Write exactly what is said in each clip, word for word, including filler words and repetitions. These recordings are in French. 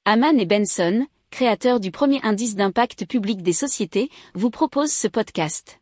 Hamann et Benson, créateurs du premier indice d'impact public des sociétés, vous proposent ce podcast.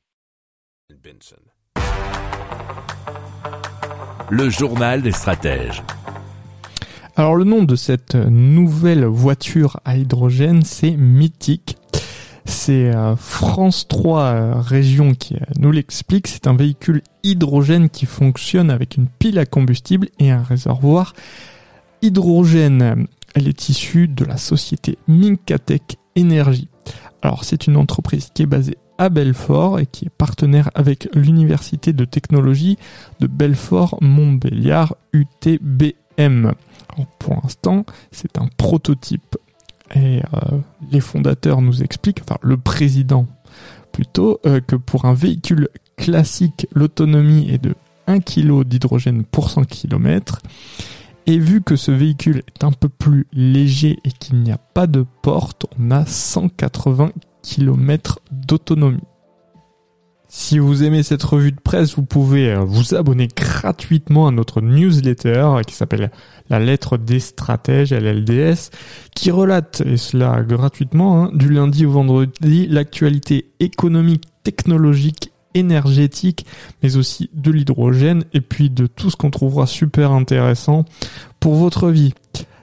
Le journal des stratèges. Alors le nom de cette nouvelle voiture à hydrogène, c'est Mythic. C'est euh, France trois euh, Région qui euh, nous l'explique. C'est un véhicule hydrogène qui fonctionne avec une pile à combustible et un réservoir hydrogène. Elle est issue de la société Minkatech Energy. Alors c'est une entreprise qui est basée à Belfort et qui est partenaire avec l'Université de technologie de Belfort-Montbéliard U T B M. Alors, pour l'instant, c'est un prototype. Et euh, les fondateurs nous expliquent, enfin le président plutôt, euh, que pour un véhicule classique, l'autonomie est de un kilogramme d'hydrogène pour cent kilomètres. Et vu que ce véhicule est un peu plus léger et qu'il n'y a pas de porte, on a cent quatre-vingts kilomètres d'autonomie. Si vous aimez cette revue de presse, vous pouvez vous abonner gratuitement à notre newsletter qui s'appelle La Lettre des Stratèges, L L D S, qui relate, et cela gratuitement, hein, du lundi au vendredi, l'actualité économique, technologique, énergétique, mais aussi de l'hydrogène et puis de tout ce qu'on trouvera super intéressant pour votre vie.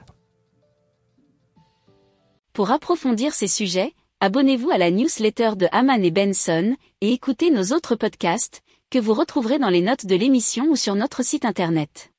Pour approfondir ces sujets, abonnez-vous à la newsletter de Hamann et Benson et écoutez nos autres podcasts que vous retrouverez dans les notes de l'émission ou sur notre site internet.